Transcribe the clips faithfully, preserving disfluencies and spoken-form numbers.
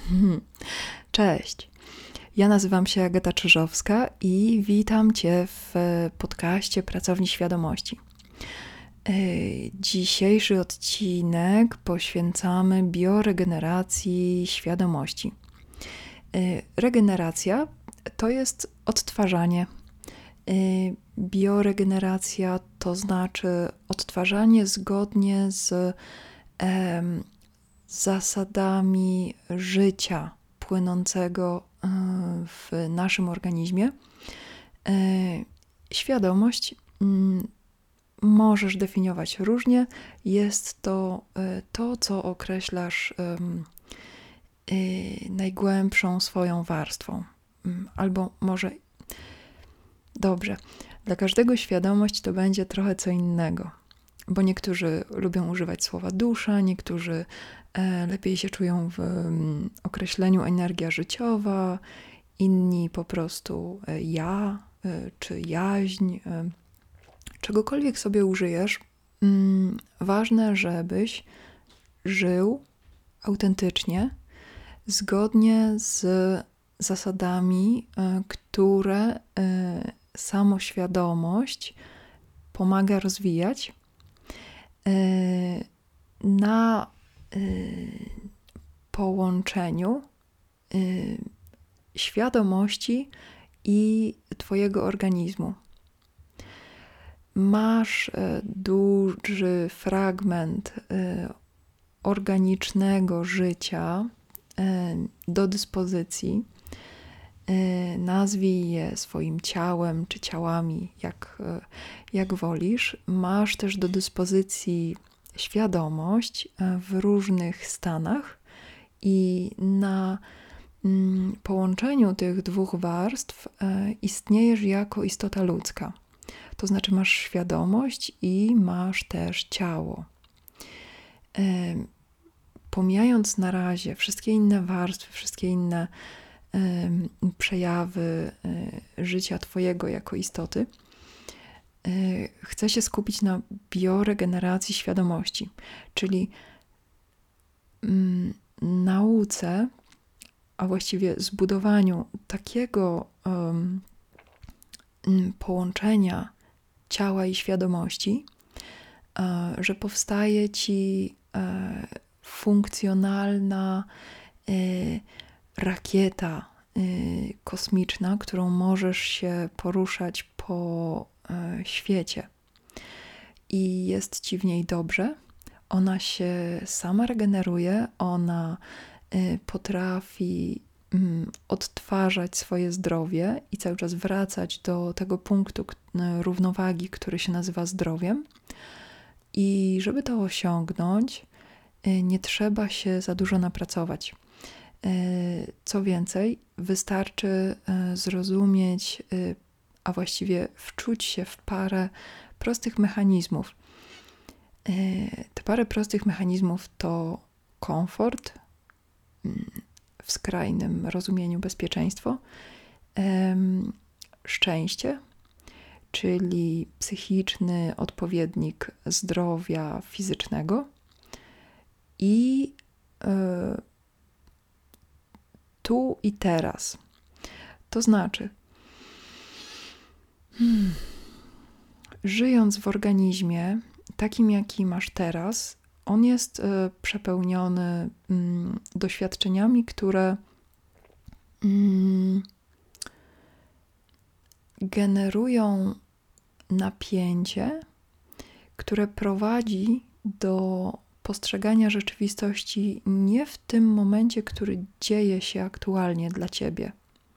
Cześć, ja nazywam się Agata Czyżowska i witam Cię w podcaście Pracowni Świadomości. Dzisiejszy odcinek poświęcamy bioregeneracji świadomości. Regeneracja to jest odtwarzanie. Bioregeneracja to znaczy odtwarzanie zgodnie z em, zasadami życia płynącego w naszym organizmie. Świadomość możesz definiować różnie. Jest to to, co określasz najgłębszą swoją warstwą. Albo może dobrze, dla każdego świadomość to będzie trochę co innego, bo niektórzy lubią używać słowa dusza, niektórzy lepiej się czują w określeniu energia życiowa, inni po prostu ja czy jaźń. Czegokolwiek sobie użyjesz, ważne, żebyś żył autentycznie, zgodnie z zasadami, które samoświadomość pomaga rozwijać na połączeniu świadomości i Twojego organizmu. Masz duży fragment organicznego życia do dyspozycji. Nazwij je swoim ciałem czy ciałami, jak, jak wolisz. Masz też do dyspozycji świadomość w różnych stanach i na połączeniu tych dwóch warstw istniejesz jako istota ludzka. To znaczy masz świadomość i masz też ciało. Pomijając na razie wszystkie inne warstwy, wszystkie inne przejawy życia Twojego jako istoty, chcę się skupić na bioregeneracji świadomości, czyli nauce, a właściwie zbudowaniu takiego um, połączenia ciała i świadomości, e, że powstaje Ci e, funkcjonalna e, rakieta e, kosmiczna, którą możesz się poruszać po e, świecie. I jest Ci w niej dobrze. Ona się sama regeneruje, ona potrafi odtwarzać swoje zdrowie i cały czas wracać do tego punktu równowagi, który się nazywa zdrowiem. I żeby to osiągnąć, nie trzeba się za dużo napracować. Co więcej, wystarczy zrozumieć, a właściwie wczuć się w parę prostych mechanizmów. Te parę prostych mechanizmów to komfort, w skrajnym rozumieniu bezpieczeństwo, szczęście, czyli psychiczny odpowiednik zdrowia fizycznego i tu i teraz. To znaczy, hmm, żyjąc w organizmie takim, jaki masz teraz, on jest przepełniony mm, doświadczeniami, które mm, generują napięcie, które prowadzi do postrzegania rzeczywistości nie w tym momencie, który dzieje się aktualnie dla Ciebie.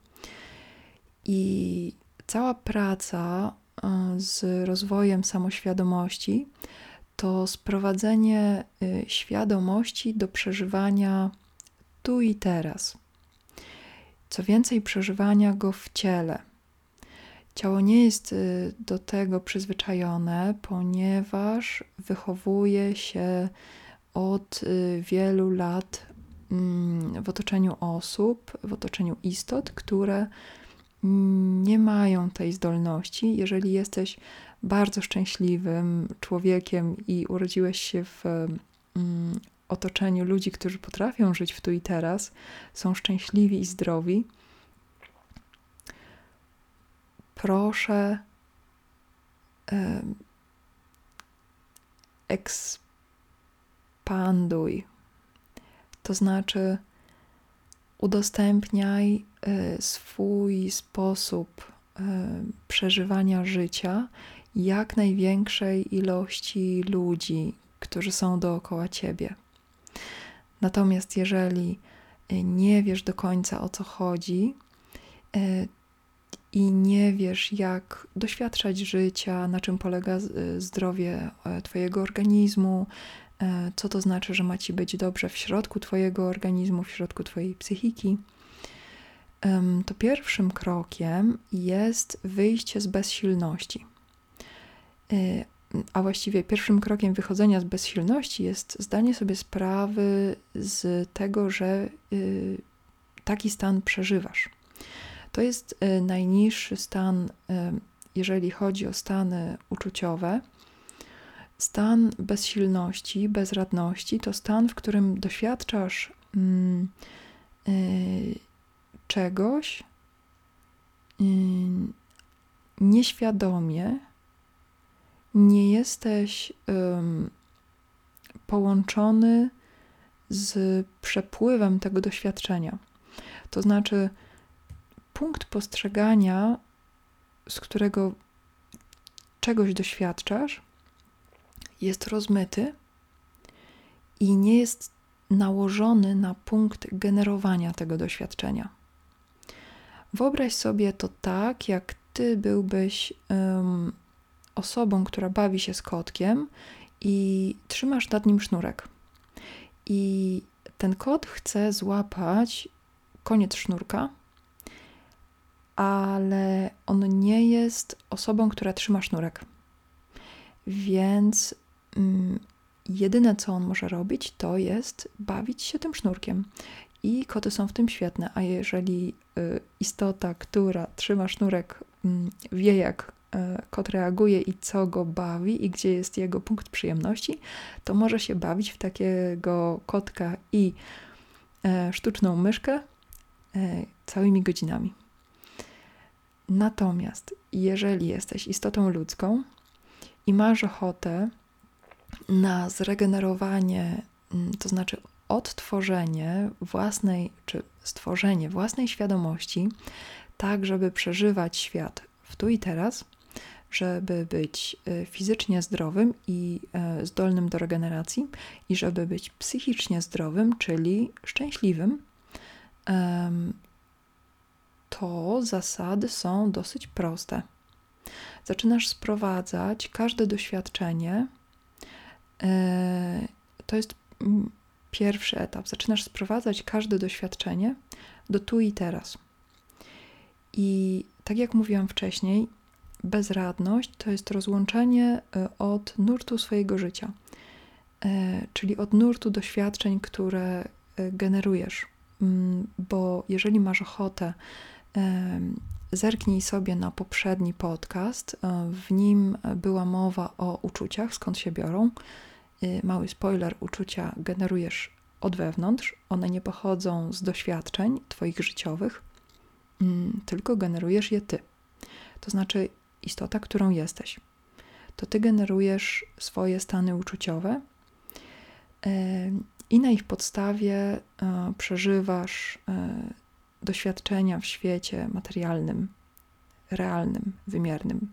I cała praca z rozwojem samoświadomości to sprowadzenie świadomości do przeżywania tu i teraz. Co więcej, przeżywania go w ciele. Ciało nie jest do tego przyzwyczajone, ponieważ wychowuje się od wielu lat w otoczeniu osób, w otoczeniu istot, które nie mają tej zdolności. Jeżeli jesteś bardzo szczęśliwym człowiekiem i urodziłeś się w otoczeniu ludzi, którzy potrafią żyć w tu i teraz, są szczęśliwi i zdrowi, proszę e, ekspanduj. To znaczy udostępniaj e, swój sposób e, przeżywania życia jak największej ilości ludzi, którzy są dookoła ciebie. Natomiast jeżeli nie wiesz do końca, o co chodzi i nie wiesz, jak doświadczać życia, na czym polega zdrowie twojego organizmu, co to znaczy, że ma ci być dobrze w środku twojego organizmu, w środku twojej psychiki, to pierwszym krokiem jest wyjście z bezsilności. A właściwie pierwszym krokiem wychodzenia z bezsilności jest zdanie sobie sprawy z tego, że y, taki stan przeżywasz. To jest y, najniższy stan, y, jeżeli chodzi o stany uczuciowe. Stan bezsilności, bezradności to stan, w którym doświadczasz y, y, czegoś y, nieświadomie, nie jesteś um, połączony z przepływem tego doświadczenia. To znaczy, punkt postrzegania, z którego czegoś doświadczasz, jest rozmyty i nie jest nałożony na punkt generowania tego doświadczenia. Wyobraź sobie to tak, jak ty byłbyś um, osobą, która bawi się z kotkiem i trzymasz nad nim sznurek. I ten kot chce złapać koniec sznurka, ale on nie jest osobą, która trzyma sznurek. Więc mm, jedyne, co on może robić, to jest bawić się tym sznurkiem. I koty są w tym świetne. A jeżeli y, istota, która trzyma sznurek, y, wie, jak kot reaguje i co go bawi i gdzie jest jego punkt przyjemności, to może się bawić w takiego kotka i e, sztuczną myszkę e, całymi godzinami. Natomiast jeżeli jesteś istotą ludzką i masz ochotę na zregenerowanie, to znaczy odtworzenie własnej, czy stworzenie własnej świadomości, tak żeby przeżywać świat w tu i teraz, żeby być fizycznie zdrowym i zdolnym do regeneracji i żeby być psychicznie zdrowym, czyli szczęśliwym, to zasady są dosyć proste. Zaczynasz sprowadzać każde doświadczenie, to jest pierwszy etap, zaczynasz sprowadzać każde doświadczenie do tu i teraz. I tak jak mówiłam wcześniej, bezradność to jest rozłączenie od nurtu swojego życia, czyli od nurtu doświadczeń, które generujesz. Bo jeżeli masz ochotę, zerknij sobie na poprzedni podcast. W nim była mowa o uczuciach, skąd się biorą. Mały spoiler, uczucia generujesz od wewnątrz. One nie pochodzą z doświadczeń twoich życiowych, tylko generujesz je ty. To znaczy istota, którą jesteś. To ty generujesz swoje stany uczuciowe i na ich podstawie przeżywasz doświadczenia w świecie materialnym, realnym, wymiernym.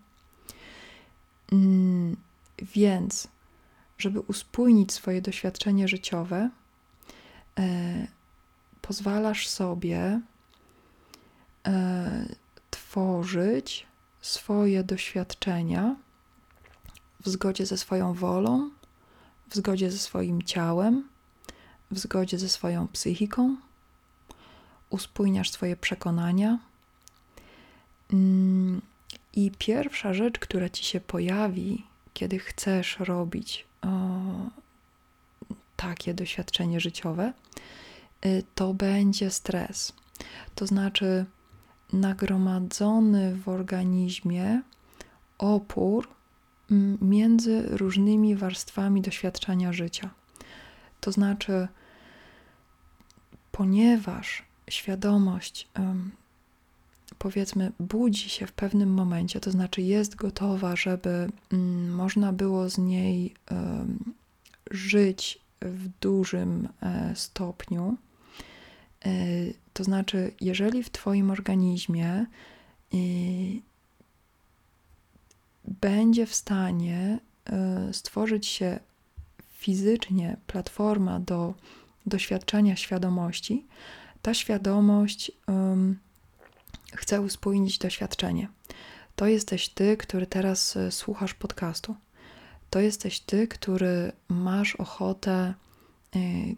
Więc, żeby uspójnić swoje doświadczenie życiowe, pozwalasz sobie tworzyć swoje doświadczenia w zgodzie ze swoją wolą, w zgodzie ze swoim ciałem, w zgodzie ze swoją psychiką. Uspójniasz swoje przekonania. I pierwsza rzecz, która ci się pojawi, kiedy chcesz robić o, takie doświadczenie życiowe, to będzie stres. To znaczy nagromadzony w organizmie opór między różnymi warstwami doświadczenia życia. To znaczy, ponieważ świadomość, powiedzmy, budzi się w pewnym momencie, to znaczy jest gotowa, żeby można było z niej żyć w dużym stopniu, to znaczy, jeżeli w Twoim organizmie będzie w stanie stworzyć się fizycznie platforma do doświadczenia świadomości, ta świadomość um, chce uspójnić doświadczenie. To jesteś ty, który teraz słuchasz podcastu. To jesteś ty, który masz ochotę y,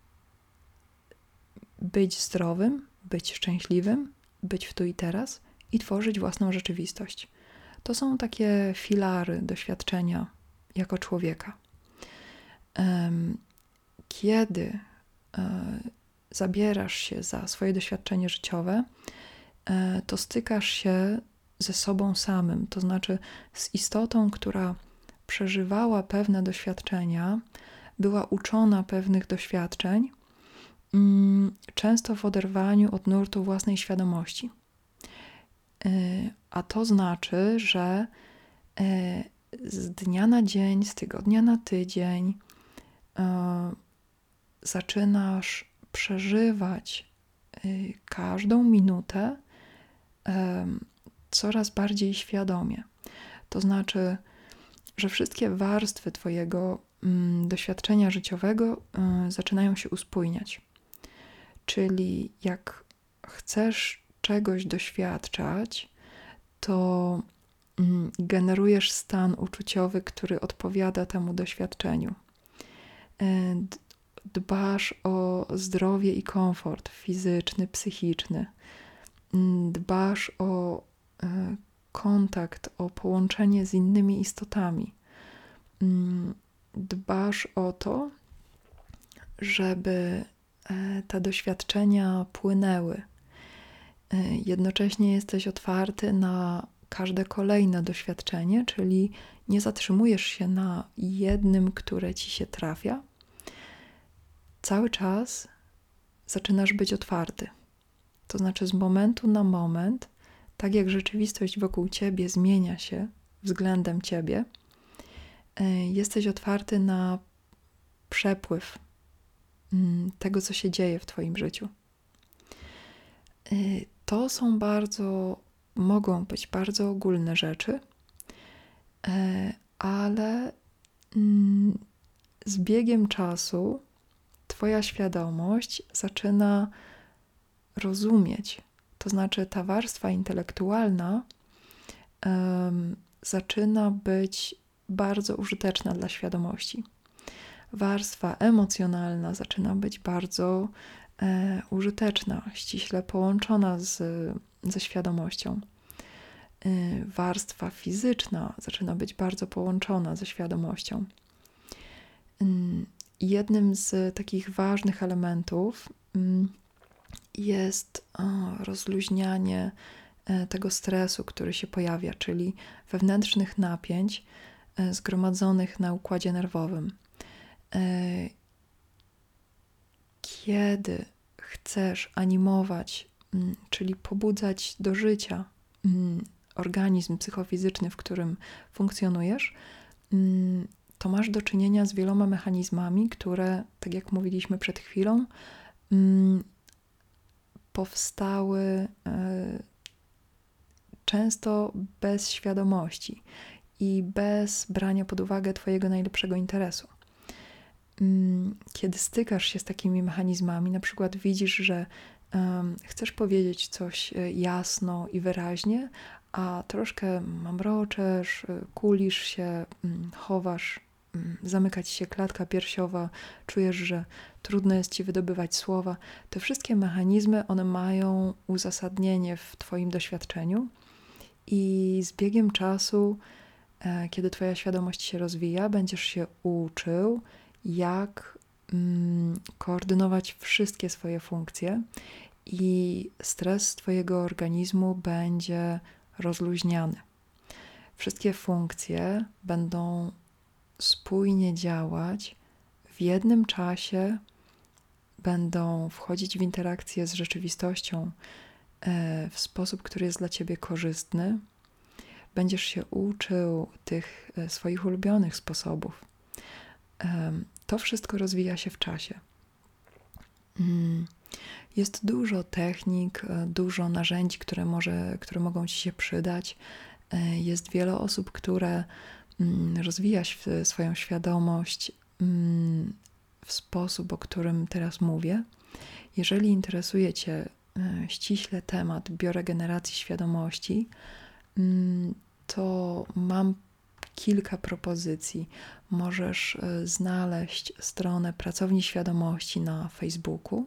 być zdrowym, być szczęśliwym, być w tu i teraz i tworzyć własną rzeczywistość. To są takie filary doświadczenia jako człowieka. Kiedy zabierasz się za swoje doświadczenie życiowe, to stykasz się ze sobą samym, to znaczy z istotą, która przeżywała pewne doświadczenia, była uczona pewnych doświadczeń, często w oderwaniu od nurtu własnej świadomości. A to znaczy, że z dnia na dzień, z tygodnia na tydzień zaczynasz przeżywać każdą minutę coraz bardziej świadomie. To znaczy, że wszystkie warstwy Twojego doświadczenia życiowego zaczynają się uspójniać. Czyli jak chcesz czegoś doświadczać, to generujesz stan uczuciowy, który odpowiada temu doświadczeniu. Dbasz o zdrowie i komfort fizyczny, psychiczny. Dbasz o kontakt, o połączenie z innymi istotami. Dbasz o to, żeby te doświadczenia płynęły. Jednocześnie jesteś otwarty na każde kolejne doświadczenie, czyli nie zatrzymujesz się na jednym, które ci się trafia. Cały czas zaczynasz być otwarty. To znaczy z momentu na moment, tak jak rzeczywistość wokół ciebie zmienia się względem ciebie, jesteś otwarty na przepływ tego, co się dzieje w twoim życiu. To są bardzo, mogą być bardzo ogólne rzeczy, ale z biegiem czasu twoja świadomość zaczyna rozumieć. To znaczy ta warstwa intelektualna um, zaczyna być bardzo użyteczna dla świadomości. Warstwa emocjonalna zaczyna być bardzo e, użyteczna, ściśle połączona z, ze świadomością. E, warstwa fizyczna zaczyna być bardzo połączona ze świadomością. E, jednym z takich ważnych elementów mm, jest o, rozluźnianie e, tego stresu, który się pojawia, czyli wewnętrznych napięć e, zgromadzonych na układzie nerwowym. Kiedy chcesz animować, czyli pobudzać do życia organizm psychofizyczny, w którym funkcjonujesz, to masz do czynienia z wieloma mechanizmami, które, tak jak mówiliśmy przed chwilą, powstały często bez świadomości i bez brania pod uwagę twojego najlepszego interesu. Kiedy stykasz się z takimi mechanizmami, na przykład widzisz, że um, chcesz powiedzieć coś jasno i wyraźnie, a troszkę mamroczesz, kulisz się, chowasz, zamyka ci się klatka piersiowa, czujesz, że trudno jest ci wydobywać słowa. Te wszystkie mechanizmy, one mają uzasadnienie w twoim doświadczeniu i z biegiem czasu, kiedy twoja świadomość się rozwija, będziesz się uczył, jak mm, koordynować wszystkie swoje funkcje i stres twojego organizmu będzie rozluźniany. Wszystkie funkcje będą spójnie działać w jednym czasie będą wchodzić w interakcję z rzeczywistością w sposób, który jest dla ciebie korzystny. Będziesz się uczył tych swoich ulubionych sposobów. To wszystko rozwija się w czasie. Jest dużo technik, dużo narzędzi, które, może, które mogą ci się przydać. Jest wiele osób, które rozwija swoją świadomość w sposób, o którym teraz mówię. Jeżeli interesuje cię ściśle temat bioregeneracji świadomości, to mam kilka propozycji. Możesz znaleźć stronę Pracowni Świadomości na Facebooku.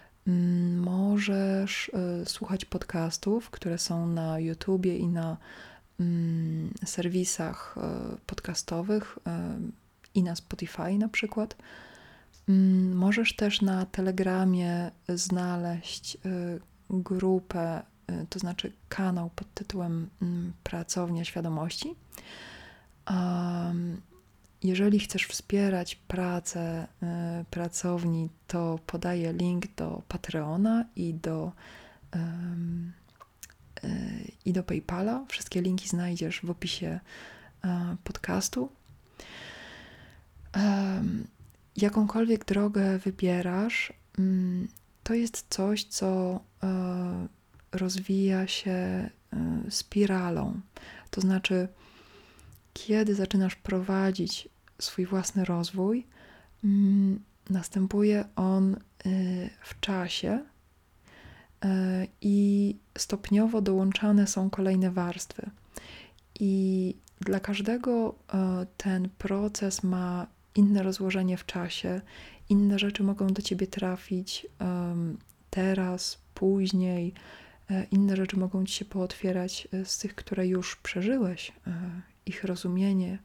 Możesz słuchać podcastów, które są na YouTubie i na serwisach podcastowych i na Spotify na przykład. Możesz też na Telegramie znaleźć grupę, to znaczy kanał pod tytułem Pracownia Świadomości. Jeżeli chcesz wspierać pracę pracowni, to podaję link do Patreona i do, i do PayPala. Wszystkie linki znajdziesz w opisie podcastu. Jakąkolwiek drogę wybierasz, to jest coś, co rozwija się spiralą. To znaczy, kiedy zaczynasz prowadzić swój własny rozwój, następuje on w czasie i stopniowo dołączane są kolejne warstwy. I dla każdego ten proces ma inne rozłożenie w czasie, inne rzeczy mogą do ciebie trafić teraz, później, inne rzeczy mogą ci się pootwierać z tych, które już przeżyłeś, ich rozumienie.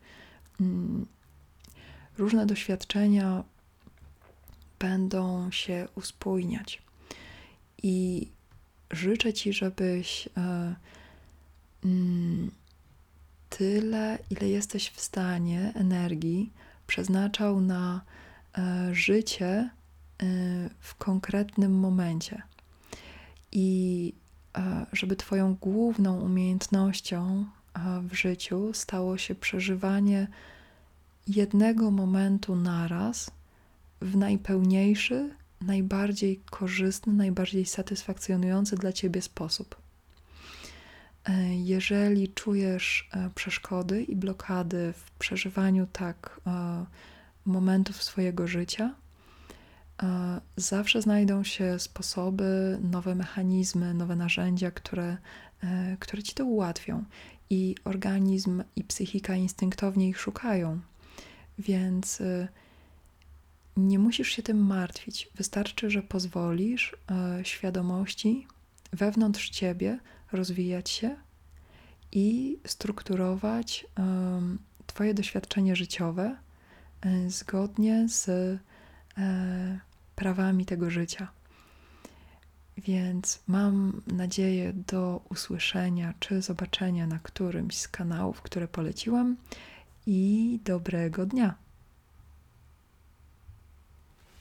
Różne doświadczenia będą się uspójniać. I życzę ci, żebyś tyle, ile jesteś w stanie energii przeznaczał na życie w konkretnym momencie. I żeby twoją główną umiejętnością w życiu stało się przeżywanie jednego momentu naraz w najpełniejszy, najbardziej korzystny, najbardziej satysfakcjonujący dla ciebie sposób. Jeżeli czujesz przeszkody i blokady w przeżywaniu tak momentów swojego życia, zawsze znajdą się sposoby, nowe mechanizmy, nowe narzędzia, które, które ci to ułatwią. I organizm i psychika instynktownie ich szukają. Więc nie musisz się tym martwić. Wystarczy, że pozwolisz świadomości wewnątrz ciebie rozwijać się i strukturować twoje doświadczenie życiowe zgodnie z prawami tego życia. Więc mam nadzieję do usłyszenia czy zobaczenia na którymś z kanałów, które poleciłam i dobrego dnia.